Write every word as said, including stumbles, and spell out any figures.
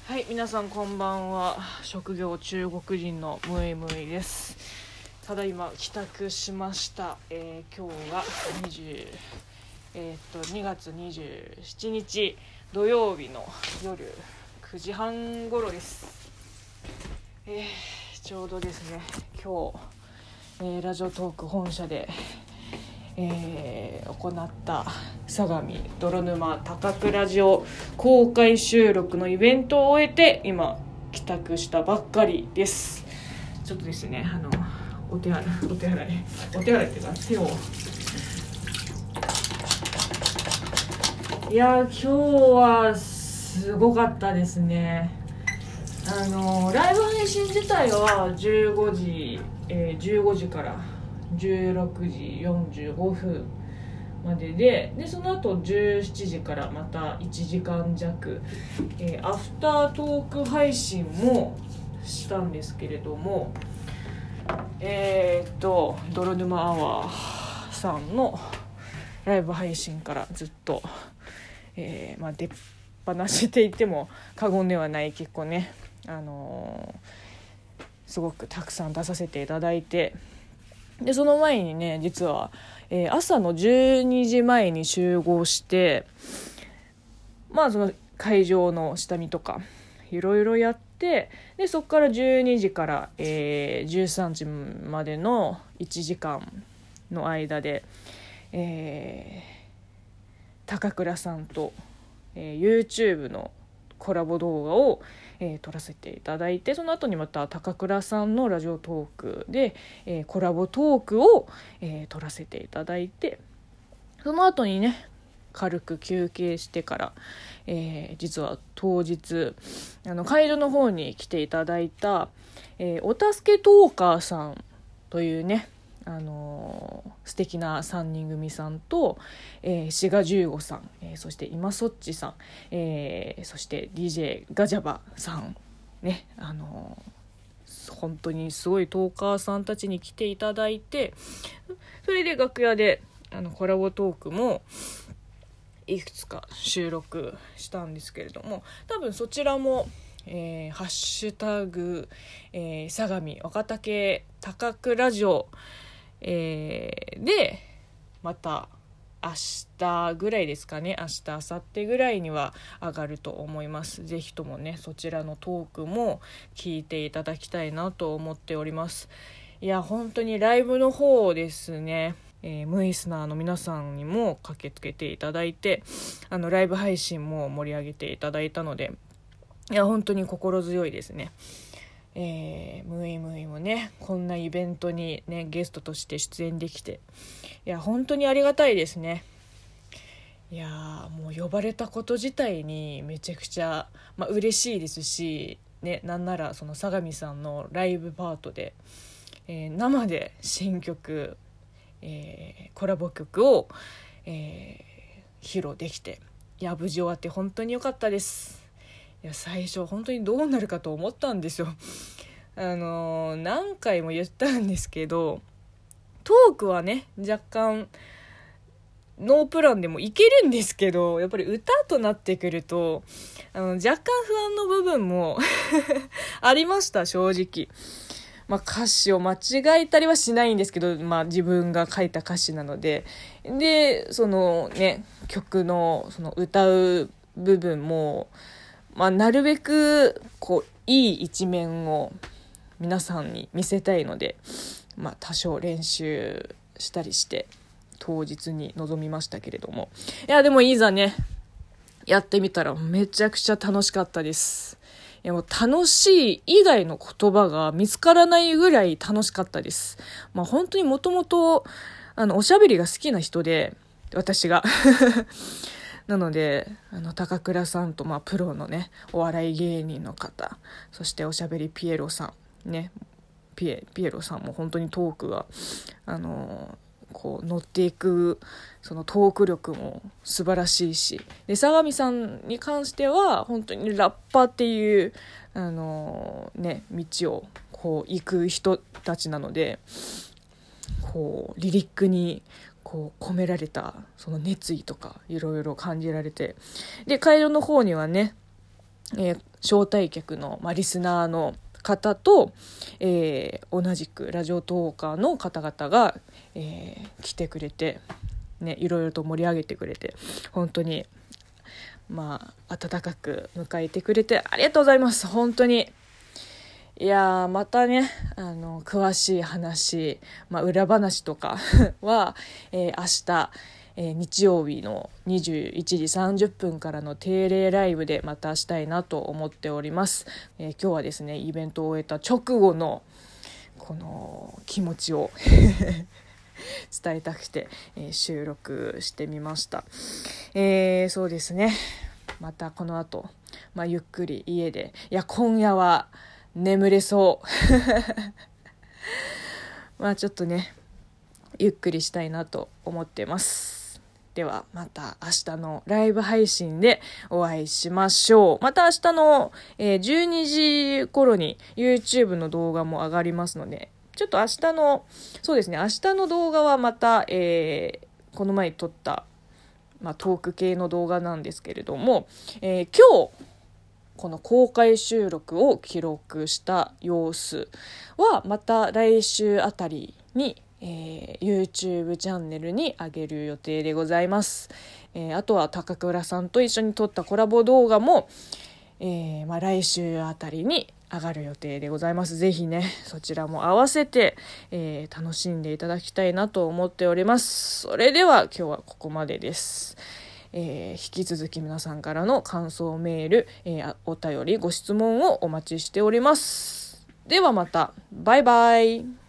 はい、皆さんこんばんは。職業中国人のムイムイです。ただいま帰宅しました。えー、今日が20、えー、っとにがつにじゅうしちにち土曜日の夜くじはん頃です。えー、ちょうどですね、今日、えー、ラジオトーク本社でえー、行った相模泥沼高倉ラジオ公開収録のイベントを終えて今帰宅したばっかりです。ちょっとですね、あのお手洗いお手洗いお手洗いっていうか手をいや今日はすごかったですね。あのライブ配信自体はじゅうごじ、えー、じゅうごじからじゅうろくじよんじゅうごふんまでで、でその後じゅうしちじからまたいちじかんじゃく、えー、アフタートーク配信もしたんですけれども、えー、っと泥沼アワーさんのライブ配信からずっと、えーまあ、出っ放していても過言ではない、結構ね、あのー、すごくたくさん出させていただいて、でその前にね、実は、えー、朝のじゅうにじまえに集合して、まあその会場の下見とかいろいろやって、でそこからじゅうにじから、えー、じゅうさんじまでのいちじかんの間で、えー、高倉さんと、えー、YouTube のコラボ動画をえー、撮らせていただいて、その後にまた高倉さんのラジオトークで、えー、コラボトークを、えー、撮らせていただいて、その後にね軽く休憩してから、えー、実は当日あの会場の方に来ていただいた、えー、お助けトーカーさんというね、あのー、素敵なさんにん組さんと、えー、シガじゅうごさん、えー、そして今そっちさん、えー、そして ディージェー ガジャバさんね、あのー、本当にすごいトーカーさんたちに来ていただいて、それで楽屋であのコラボトークもいくつか収録したんですけれども、多分そちらもえー、ハッシュタグ、えー、相模若竹高倉ラジオ、えー、でまた明日ぐらいですかね、明日明後日ぐらいには上がると思います。ぜひともねそちらのトークも聞いていただきたいなと思っております。いや本当にライブの方ですね、えー、ムイスナーの皆さんにも駆けつけていただいて、あのライブ配信も盛り上げていただいたので、いや本当に心強いですね。えー、ムイムイもねこんなイベントにねゲストとして出演できて、いや本当にありがたいですね。いやもう呼ばれたこと自体にめちゃくちゃ、まあ、嬉しいですし、ね、なんならその相模さんのライブパートで、えー、生で新曲、えー、コラボ曲を、えー、披露できて、いや無事終わって本当に良かったです。いや最初本当にどうなるかと思ったんですよ。あのー、何回も言ったんですけど、トークはね若干ノープランでもいけるんですけど、やっぱり歌となってくるとあの若干不安の部分もありました、正直。まあ、歌詞を間違えたりはしないんですけど、まあ、自分が書いた歌詞なので、でそのね曲のその歌う部分もまあ、なるべくこういい一面を皆さんに見せたいので、まあ、多少練習したりして当日に臨みましたけれども、いやでもいざねやってみたらめちゃくちゃ楽しかったです。いやもう楽しい以外の言葉が見つからないぐらい楽しかったです。まあ、本当にもともとあのおしゃべりが好きな人で、私がなのであの高倉さんと、まあ、プロのねお笑い芸人の方、そしておしゃべりピエロさんね、ピエ、ピエロさんも本当にトークがあのこう乗っていくそのトーク力も素晴らしいし、で相模さんに関しては本当にラッパーっていうあの、ね、道をこう行く人たちなので、こうリリックにこう込められたその熱意とかいろいろ感じられて、で会場の方にはね、えー、 招待客の、まあ、リスナーの方と、えー、同じくラジオトーカーの方々が、えー、来てくれて、ね、いろいろと盛り上げてくれて、本当にまあ温かく迎えてくれてありがとうございます。本当にいやまたねあの詳しい話、まあ、裏話とかは、えー、明日、えー、日曜日のにじゅういちじさんじゅっぷんからの定例ライブでまたしたいなと思っております。えー、今日はですねイベントを終えた直後のこの気持ちを伝えたくて、えー、収録してみました。えー、そうですねまたこの後、まあ、ゆっくり家でいや今夜は眠れそうまあちょっとねゆっくりしたいなと思ってます。ではまた明日のライブ配信でお会いしましょう。また明日の、えー、じゅうにじ頃に YouTube の動画も上がりますので、ちょっと明日のそうですね明日の動画はまた、えー、この前撮った、まあ、トーク系の動画なんですけれども、えー、今日この公開収録を記録した様子はまた来週あたりに、えー、YouTube チャンネルに上げる予定でございます。えー、あとは高倉さんと一緒に撮ったコラボ動画も、えーまあ、来週あたりに上がる予定でございます。ぜひねそちらも合わせて、えー、楽しんでいただきたいなと思っております。それでは今日はここまでです。えー、引き続き皆さんからの感想メール、えー、お便りご質問をお待ちしております。ではまたバイバイ。